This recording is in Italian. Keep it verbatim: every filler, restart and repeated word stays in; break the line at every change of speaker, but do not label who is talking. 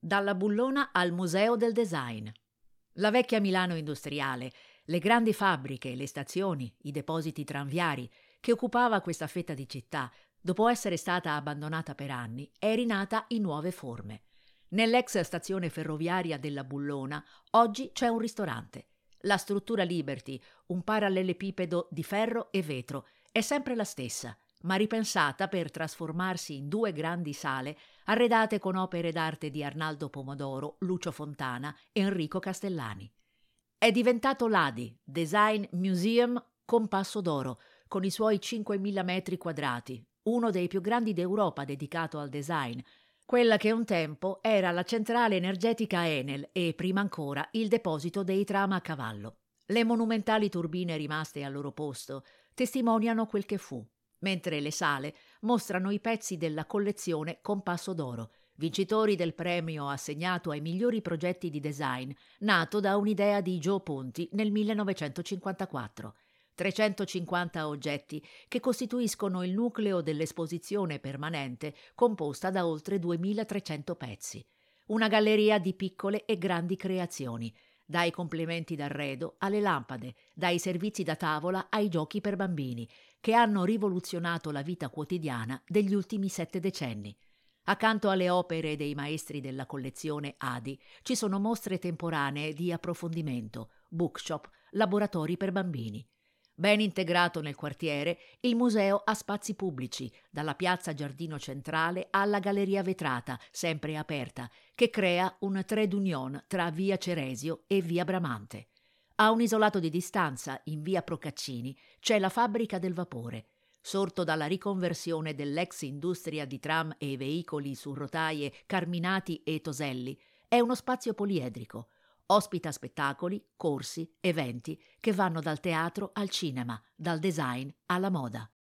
Dalla Bullona al Museo del Design. La vecchia Milano industriale, le grandi fabbriche, le stazioni, i depositi tranviari, che occupava questa fetta di città, dopo essere stata abbandonata per anni, è rinata in nuove forme. Nell'ex stazione ferroviaria della Bullona oggi c'è un ristorante. La struttura Liberty, un parallelepipedo di ferro e vetro, è sempre la stessa, ma ripensata per trasformarsi in due grandi sale arredate con opere d'arte di Arnaldo Pomodoro, Lucio Fontana e Enrico Castellani. È diventato l'A D I, Design Museum con Passo d'Oro, con i suoi cinquemila metri quadrati, uno dei più grandi d'Europa dedicato al design, quella che un tempo era la centrale energetica Enel e, prima ancora, il deposito dei tram a cavallo. Le monumentali turbine rimaste al loro posto testimoniano quel che fu, mentre le sale mostrano i pezzi della collezione Compasso d'Oro, vincitori del premio assegnato ai migliori progetti di design, nato da un'idea di Joe Ponti nel millenovecentocinquantaquattro. trecentocinquanta oggetti che costituiscono il nucleo dell'esposizione permanente composta da oltre duemilatrecento pezzi. Una galleria di piccole e grandi creazioni, dai complementi d'arredo alle lampade, dai servizi da tavola ai giochi per bambini, che hanno rivoluzionato la vita quotidiana degli ultimi sette decenni. Accanto alle opere dei maestri della collezione A D I ci sono mostre temporanee di approfondimento, bookshop, laboratori per bambini. Ben integrato nel quartiere, il museo ha spazi pubblici, dalla piazza Giardino Centrale alla Galleria Vetrata, sempre aperta, che crea un trait d'union tra via Ceresio e via Bramante. A un isolato di distanza, in via Procaccini, c'è la Fabbrica del Vapore. Sorto dalla riconversione dell'ex industria di tram e veicoli su rotaie Carminati e Toselli, è uno spazio poliedrico. Ospita spettacoli, corsi, eventi che vanno dal teatro al cinema, dal design alla moda.